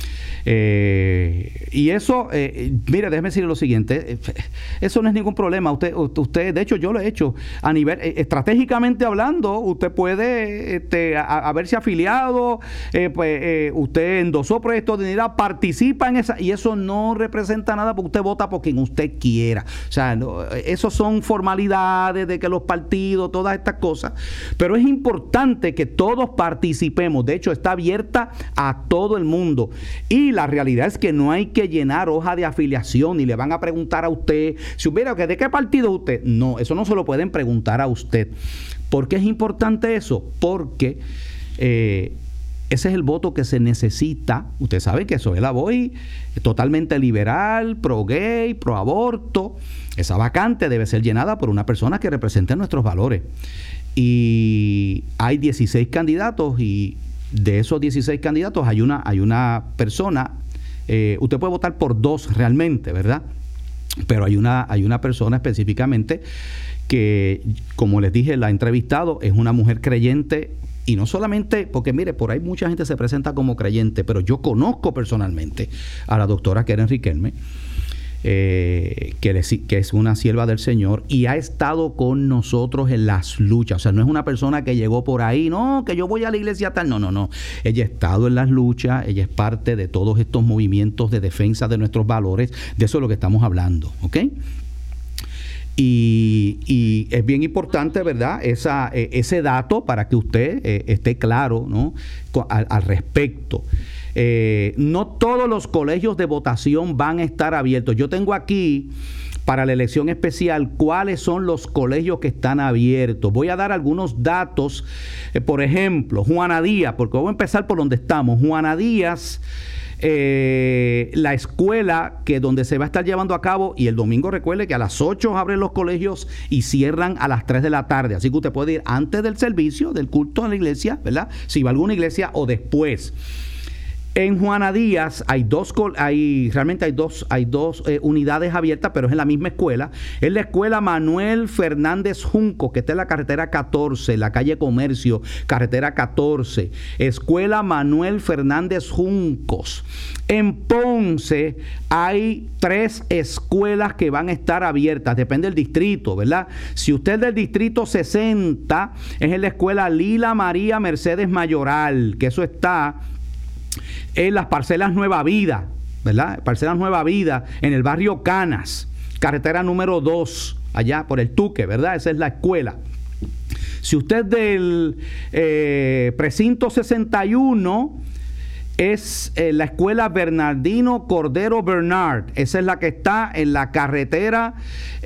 Y eso, mire, déjeme decirle lo siguiente, eso no es ningún problema. Usted, de hecho, yo lo he hecho a nivel, estratégicamente hablando, usted puede haberse afiliado, usted endosó Proyecto de Dignidad, participa en esa, y eso no representa nada porque usted vota por quien usted quiera. O sea, eso son formalidades de que los partidos, todas estas cosas, pero es importante que todos participemos. De hecho, está abierta a todo el mundo. Y la realidad es que no hay que llenar hoja de afiliación y le van a preguntar a usted si hubiera que de qué partido es usted. No, eso no se lo pueden preguntar a usted. ¿Por qué es importante eso? Porque ese es el voto que se necesita. Usted sabe que Zoé Lavoy es totalmente liberal, pro gay, pro aborto. Esa vacante debe ser llenada por una persona que represente nuestros valores. Y hay 16 candidatos, y de esos 16 candidatos hay una persona, usted puede votar por dos realmente, ¿verdad? Pero hay una persona específicamente que, como les dije, la he entrevistado, es una mujer creyente. Y no solamente, porque mire, por ahí mucha gente se presenta como creyente, pero yo conozco personalmente a la doctora Keren Riquelme, que es una sierva del Señor y ha estado con nosotros en las luchas. O sea, no es una persona que llegó por ahí, no, que yo voy a la iglesia tal. No. Ella ha estado en las luchas, ella es parte de todos estos movimientos de defensa de nuestros valores. De eso es lo que estamos hablando, ¿ok? Y es bien importante, ¿verdad? Ese dato para que usted esté claro, ¿no? al respecto. No todos los colegios de votación van a estar abiertos. Yo tengo aquí para la elección especial cuáles son los colegios que están abiertos. Voy a dar algunos datos. Por ejemplo, Juana Díaz, porque voy a empezar por donde estamos. Juana Díaz, la escuela donde se va a estar llevando a cabo, y el domingo recuerde que a las 8 abren los colegios y cierran a las 3 de la tarde, así que usted puede ir antes del servicio, del culto en la iglesia, ¿verdad? Si va a alguna iglesia, o después. En Juana Díaz hay dos unidades abiertas, pero es en la misma escuela. Es la escuela Manuel Fernández Junco, que está en la carretera 14, la calle Comercio, carretera 14. Escuela Manuel Fernández Juncos. En Ponce hay 3 escuelas que van a estar abiertas, depende del distrito, ¿verdad? Si usted es del distrito 60, es en la escuela Lila María Mercedes Mayoral, que eso está en las parcelas Nueva Vida, ¿verdad? Parcelas Nueva Vida, en el barrio Canas, carretera número 2, allá por el Tuque, ¿verdad? Esa es la escuela. Si usted del precinto 61, es la escuela Bernardino Cordero Bernard. Esa es la que está en la carretera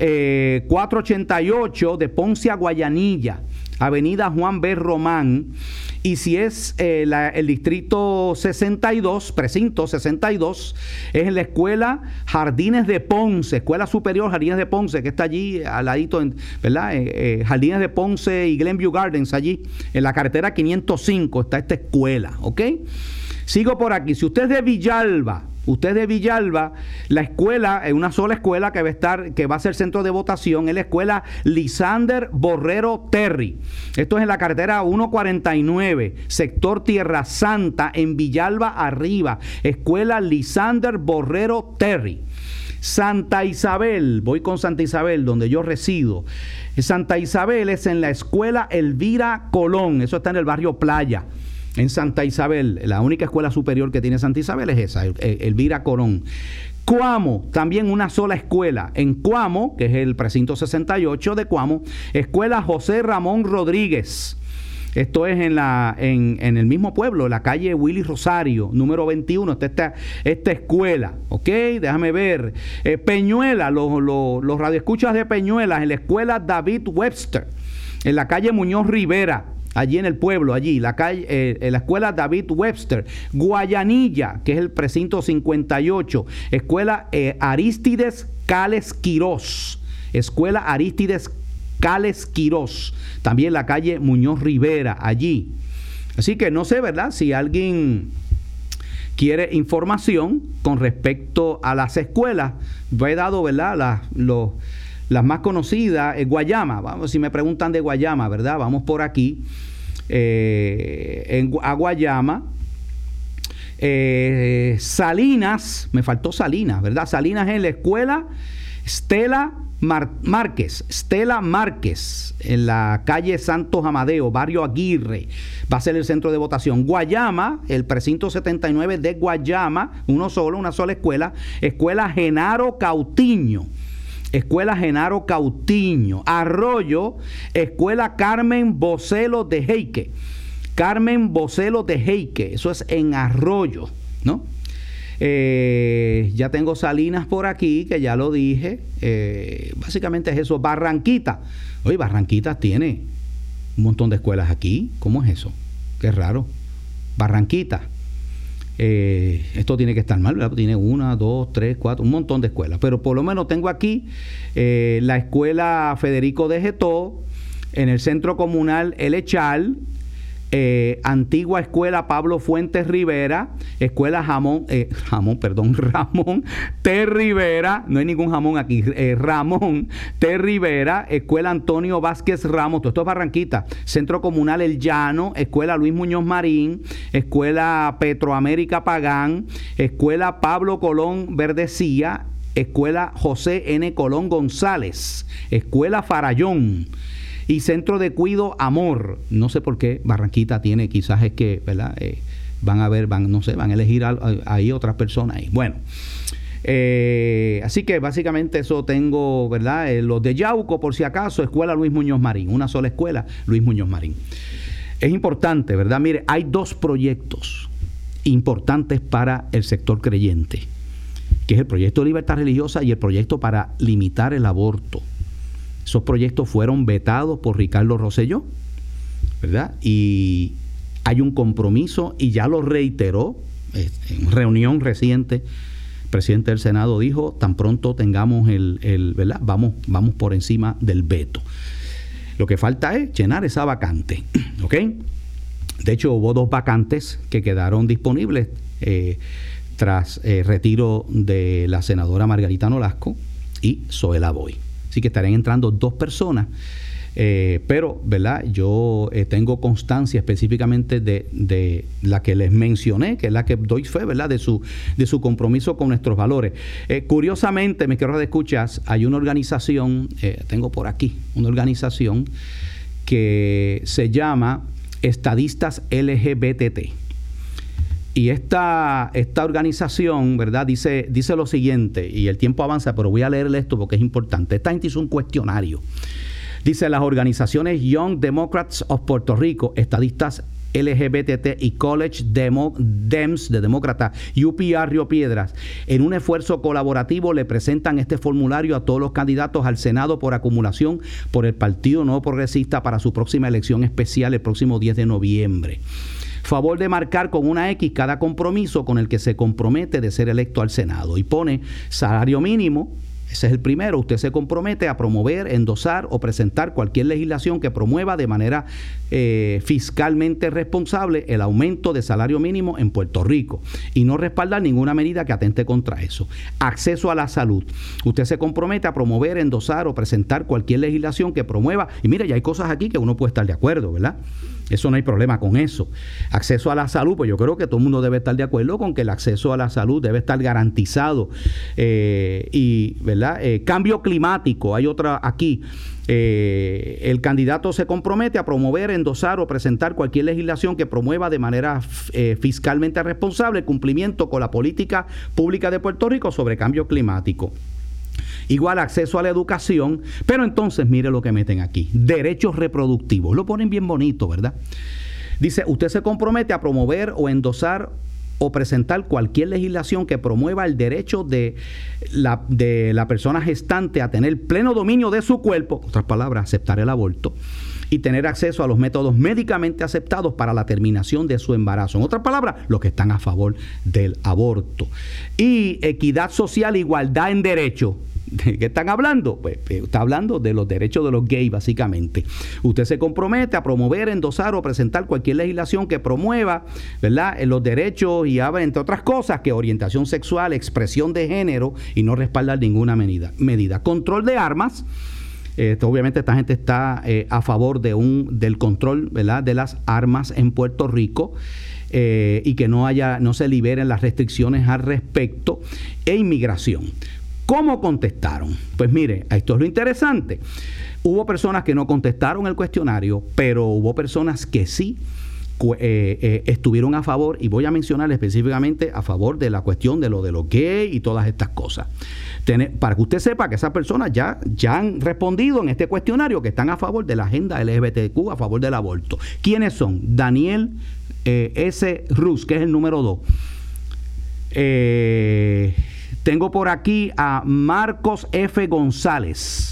488 de Ponce a Guayanilla, avenida Juan B. Román. Y si es el distrito 62, precinto 62, es en la escuela Jardines de Ponce, Escuela Superior Jardines de Ponce, que está allí al ladito, ¿verdad? Jardines de Ponce y Glenview Gardens, allí en la carretera 505 está esta escuela, ¿ok? Sigo por aquí. Si usted es de Villalba, la escuela, una sola escuela que va a ser centro de votación, es la escuela Lisander Borrero Terry. Esto es en la carretera 149, sector Tierra Santa, en Villalba arriba. Escuela Lisander Borrero Terry. Santa Isabel, voy con Santa Isabel, donde yo resido. Santa Isabel es en la escuela Elvira Colón, eso está en el barrio Playa. En Santa Isabel, la única escuela superior que tiene Santa Isabel es esa, Elvira Corón. Cuamo, también una sola escuela. En Cuamo, que es el precinto 68 de Cuamo, escuela José Ramón Rodríguez. Esto es en el mismo pueblo, la calle Willy Rosario, número 21, esta escuela, ¿ok? Déjame ver. Peñuela, los radioescuchas de Peñuela, en la escuela David Webster, en la calle Muñoz Rivera, allí en el pueblo, allí, la escuela David Webster. Guayanilla, que es el precinto 58, escuela Arístides Cales Quirós, escuela Arístides Cales Quirós, también la calle Muñoz Rivera, allí. Así que no sé, ¿verdad? Si alguien quiere información con respecto a las escuelas, yo he dado, ¿verdad? Las más conocidas, Guayama, vamos, si me preguntan de Guayama, ¿verdad? Vamos por aquí, a Guayama. Salinas, me faltó Salinas, ¿verdad? Salinas es la escuela Stella Márquez, en la calle Santos Amadeo, barrio Aguirre, va a ser el centro de votación. Guayama, el precinto 79 de Guayama, una sola escuela, escuela Genaro Cautiño. Escuela Genaro Cautiño. Arroyo, escuela Carmen Bocelo de Heique. Carmen Bocelo de Heique, eso es en Arroyo, ¿no? Ya tengo Salinas por aquí, que ya lo dije. Básicamente es eso. Barranquita. Oye, Barranquita tiene un montón de escuelas aquí. ¿Cómo es eso? Qué raro. Barranquita. Esto tiene que estar mal, ¿verdad? Tiene 1, 2, 3, 4, un montón de escuelas. Pero por lo menos tengo aquí la escuela Federico de Getó, en el centro comunal El Echal, antigua escuela Pablo Fuentes Rivera, escuela Ramón T. Rivera, no hay ningún jamón aquí, Ramón T. Rivera, escuela Antonio Vázquez Ramos, todo esto es Barranquita, centro comunal El Llano, escuela Luis Muñoz Marín, escuela Petroamérica Pagán, escuela Pablo Colón Verdecía, escuela José N. Colón González, escuela Farallón y Centro de Cuido Amor. No sé por qué Barranquita tiene, quizás es que, ¿verdad? Van a elegir ahí otras personas ahí. Bueno, Así que básicamente eso tengo, ¿verdad? Los de Yauco, por si acaso, Escuela Luis Muñoz Marín, una sola escuela, Luis Muñoz Marín. Es importante, ¿verdad? Mire, hay 2 proyectos importantes para el sector creyente, que es el proyecto de libertad religiosa y el proyecto para limitar el aborto. Esos proyectos fueron vetados por Ricardo Rosselló, ¿verdad? Y hay un compromiso, y ya lo reiteró en reunión reciente. El presidente del Senado dijo, tan pronto tengamos ¿verdad? Vamos por encima del veto. Lo que falta es llenar esa vacante, ¿ok? De hecho, hubo 2 vacantes que quedaron disponibles tras retiro de la senadora Margarita Nolasco y Zoela Boy. Así que estarán entrando 2 personas, pero, ¿verdad? Yo tengo constancia específicamente de la que les mencioné, que es la que doy fe, ¿verdad? De su compromiso con nuestros valores. Curiosamente, mis queridos escuchas, hay una organización, tengo por aquí, una organización que se llama Estadistas LGBT. Y esta organización, ¿verdad? Dice lo siguiente, y el tiempo avanza, pero voy a leerle esto porque es importante. Esta gente hizo un cuestionario. Dice, las organizaciones Young Democrats of Puerto Rico, Estadistas LGBT y College Dems de Demócrata, UPR Río Piedras, en un esfuerzo colaborativo le presentan este formulario a todos los candidatos al Senado por acumulación por el Partido Nuevo Progresista para su próxima elección especial el próximo 10 de noviembre. Favor de marcar con una X cada compromiso con el que se compromete de ser electo al Senado. Y pone salario mínimo. Ese es el primero. Usted se compromete a promover, endosar o presentar cualquier legislación que promueva de manera fiscalmente responsable el aumento de salario mínimo en Puerto Rico y no respaldar ninguna medida que atente contra eso. Acceso a la salud. Usted se compromete a promover, endosar o presentar cualquier legislación que promueva. Y mire, ya hay cosas aquí que uno puede estar de acuerdo, ¿verdad? Eso no hay problema con eso. Acceso a la salud, pues yo creo que todo el mundo debe estar de acuerdo con que el acceso a la salud debe estar garantizado. Y, ¿verdad? Cambio climático, hay otra aquí. El candidato se compromete a promover, endosar o presentar cualquier legislación que promueva de manera fiscalmente responsable el cumplimiento con la política pública de Puerto Rico sobre cambio climático. Igual acceso a la educación, pero entonces mire lo que meten aquí, derechos reproductivos, lo ponen bien bonito, ¿verdad? Dice, usted se compromete a promover o endosar o presentar cualquier legislación que promueva el derecho de la persona gestante a tener pleno dominio de su cuerpo, en otras palabras, aceptar el aborto, y tener acceso a los métodos médicamente aceptados para la terminación de su embarazo. En otras palabras, los que están a favor del aborto. Y equidad social, igualdad en derecho. ¿De qué están hablando? Pues está hablando de los derechos de los gays, básicamente. Usted se compromete a promover, endosar o presentar cualquier legislación que promueva, ¿verdad?, los derechos y habla, entre otras cosas, que orientación sexual, expresión de género y no respaldar ninguna medida. Control de armas. Obviamente esta gente está a favor del control, ¿verdad?, de las armas en Puerto Rico. Y que no se liberen las restricciones al respecto. E inmigración. ¿Cómo contestaron? Pues mire, esto es lo interesante. Hubo personas que no contestaron el cuestionario, pero hubo personas que sí estuvieron a favor, y voy a mencionar específicamente a favor de la cuestión de los gays y todas estas cosas. Para que usted sepa que esas personas ya han respondido en este cuestionario que están a favor de la agenda LGBTQ, a favor del aborto. ¿Quiénes son? Daniel S. Ruz, que es el número 2. Tengo por aquí a Marcos F. González.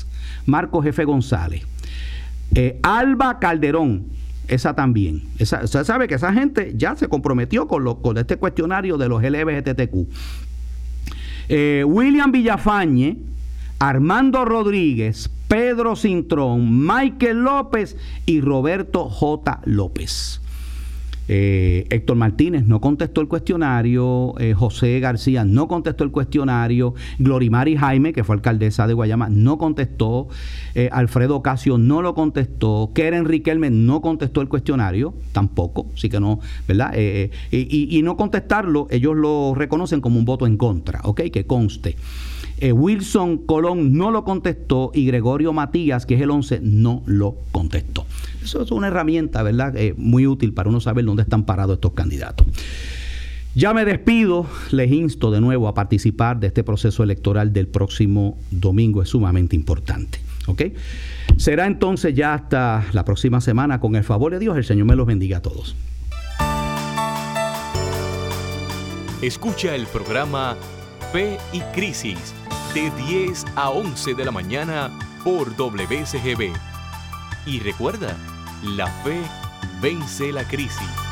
Alba Calderón, esa también. Usted sabe que esa gente ya se comprometió con este cuestionario de los LGBTQ. William Villafañe, Armando Rodríguez, Pedro Cintrón, Michael López y Roberto J. López. Héctor Martínez no contestó el cuestionario, José García no contestó el cuestionario, Glorimari Jaime, que fue alcaldesa de Guayama, no contestó, Alfredo Ocasio no lo contestó, Keren Riquelme no contestó el cuestionario, tampoco, así que no, ¿verdad? Y no contestarlo, ellos lo reconocen como un voto en contra, ¿ok? Que conste. Wilson Colón no lo contestó y Gregorio Matías, que es el 11, no lo contestó. Eso es una herramienta, ¿verdad? Muy útil para uno saber dónde están parados estos candidatos. Ya me despido, les insto de nuevo a participar de este proceso electoral del próximo domingo, es sumamente importante. ¿Ok? Será entonces ya hasta la próxima semana, con el favor de Dios. El Señor me los bendiga a todos. Escucha el programa Fe y Crisis de 10 a 11 de la mañana por WCGB. Y recuerda, la fe vence la crisis.